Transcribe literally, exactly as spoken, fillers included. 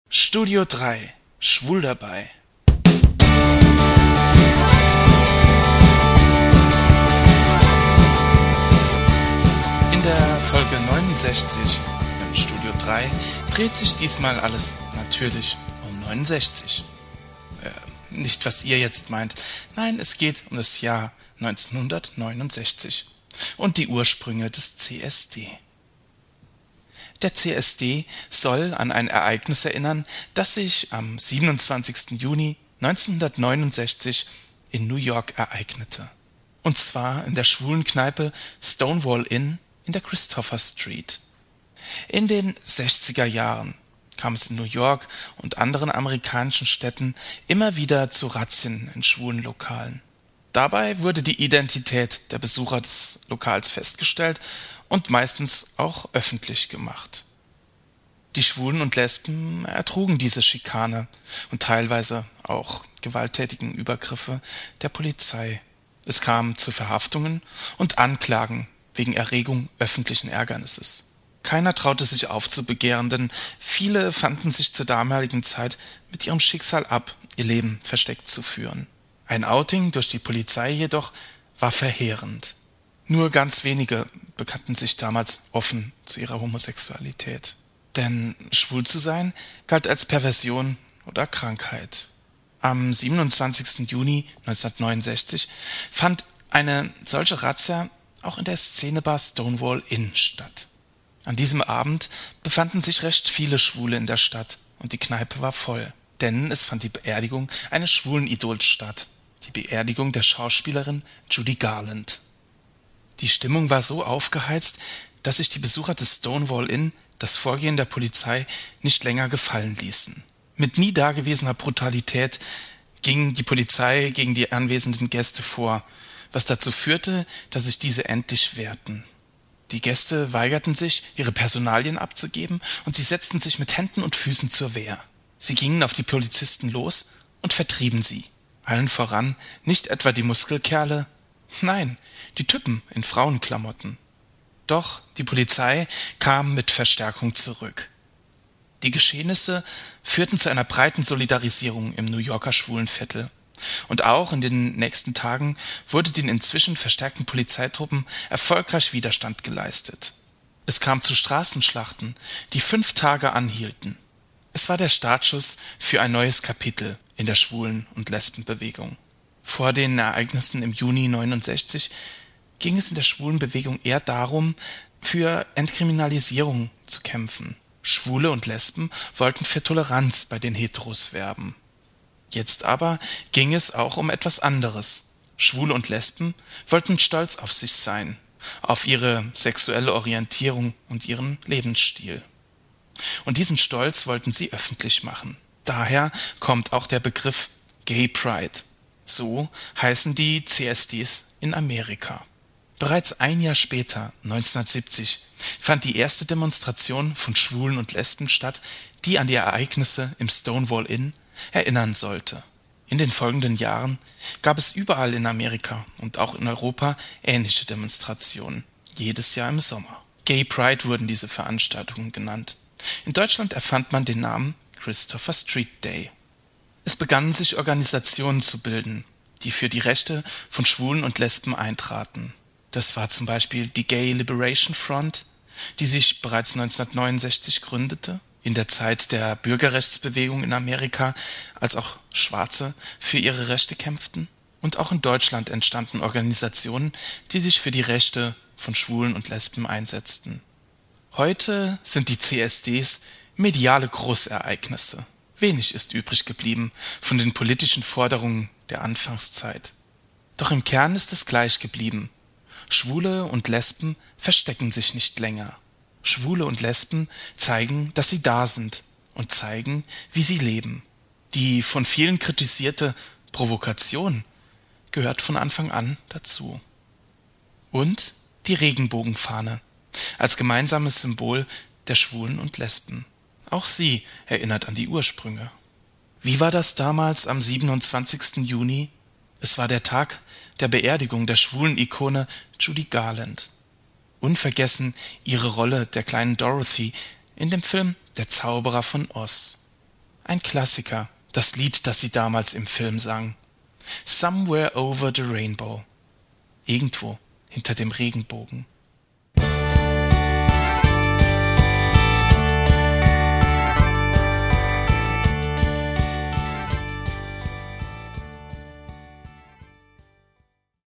Studio drei Schwul dabei. In der Folge neunundsechzig im Studio drei dreht sich diesmal alles natürlich um neunundsechzig. Äh, nicht was ihr jetzt meint. Nein, es geht um das Jahr neunzehnhundertneunundsechzig und die Ursprünge des C S D. Der C S D soll an ein Ereignis erinnern, das sich am siebenundzwanzigsten Juni neunzehnhundertneunundsechzig in New York ereignete. Und zwar in der schwulen Kneipe Stonewall Inn in der Christopher Street. In den sechziger Jahren kam es in New York und anderen amerikanischen Städten immer wieder zu Razzien in schwulen Lokalen. Dabei wurde die Identität der Besucher des Lokals festgestellt und meistens auch öffentlich gemacht. Die Schwulen und Lesben ertrugen diese Schikane und teilweise auch gewalttätigen Übergriffe der Polizei. Es kam zu Verhaftungen und Anklagen wegen Erregung öffentlichen Ärgernisses. Keiner traute sich aufzubegehren, denn viele fanden sich zur damaligen Zeit mit ihrem Schicksal ab, ihr Leben versteckt zu führen. Ein Outing durch die Polizei jedoch war verheerend. Nur ganz wenige bekannten sich damals offen zu ihrer Homosexualität. Denn schwul zu sein galt als Perversion oder Krankheit. Am siebenundzwanzigsten Juni neunzehnhundertneunundsechzig fand eine solche Razzia auch in der Szenebar Stonewall Inn statt. An diesem Abend befanden sich recht viele Schwule in der Stadt und die Kneipe war voll, denn es fand die Beerdigung eines schwulen Idols statt, die Beerdigung der Schauspielerin Judy Garland. Die Stimmung war so aufgeheizt, dass sich die Besucher des Stonewall Inn das Vorgehen der Polizei nicht länger gefallen ließen. Mit nie dagewesener Brutalität ging die Polizei gegen die anwesenden Gäste vor, was dazu führte, dass sich diese endlich wehrten. Die Gäste weigerten sich, ihre Personalien abzugeben, und sie setzten sich mit Händen und Füßen zur Wehr. Sie gingen auf die Polizisten los und vertrieben sie. Allen voran nicht etwa die Muskelkerle, nein, die Typen in Frauenklamotten. Doch die Polizei kam mit Verstärkung zurück. Die Geschehnisse führten zu einer breiten Solidarisierung im New Yorker Schwulenviertel. Und auch in den nächsten Tagen wurde den inzwischen verstärkten Polizeitruppen erfolgreich Widerstand geleistet. Es kam zu Straßenschlachten, die fünf Tage anhielten. Es war der Startschuss für ein neues Kapitel in der Schwulen- und Lesbenbewegung. Vor den Ereignissen im Juni neunundsechzig ging es in der Schwulenbewegung eher darum, für Entkriminalisierung zu kämpfen. Schwule und Lesben wollten für Toleranz bei den Heteros werben. Jetzt aber ging es auch um etwas anderes. Schwule und Lesben wollten stolz auf sich sein, auf ihre sexuelle Orientierung und ihren Lebensstil. Und diesen Stolz wollten sie öffentlich machen. Daher kommt auch der Begriff Gay Pride. So heißen die C S Ds in Amerika. Bereits ein Jahr später, neunzehnhundertsiebzig, fand die erste Demonstration von Schwulen und Lesben statt, die an die Ereignisse im Stonewall Inn erinnern sollte. In den folgenden Jahren gab es überall in Amerika und auch in Europa ähnliche Demonstrationen, jedes Jahr im Sommer. Gay Pride wurden diese Veranstaltungen genannt. In Deutschland erfand man den Namen Christopher Street Day. Es begannen sich Organisationen zu bilden, die für die Rechte von Schwulen und Lesben eintraten. Das war zum Beispiel die Gay Liberation Front, die sich bereits neunzehnhundertneunundsechzig gründete, in der Zeit der Bürgerrechtsbewegung in Amerika, als auch Schwarze für ihre Rechte kämpften. Und auch in Deutschland entstanden Organisationen, die sich für die Rechte von Schwulen und Lesben einsetzten. Heute sind die C S Ds mediale Großereignisse. Wenig ist übrig geblieben von den politischen Forderungen der Anfangszeit. Doch im Kern ist es gleich geblieben. Schwule und Lesben verstecken sich nicht länger. Schwule und Lesben zeigen, dass sie da sind und zeigen, wie sie leben. Die von vielen kritisierte Provokation gehört von Anfang an dazu. Und die Regenbogenfahne als gemeinsames Symbol der Schwulen und Lesben. Auch sie erinnert an die Ursprünge. Wie war das damals am siebenundzwanzigsten Juni? Es war der Tag der Beerdigung der schwulen Ikone Judy Garland. Unvergessen ihre Rolle der kleinen Dorothy in dem Film Der Zauberer von Oz. Ein Klassiker, das Lied, das sie damals im Film sang. Somewhere over the rainbow. Irgendwo hinter dem Regenbogen.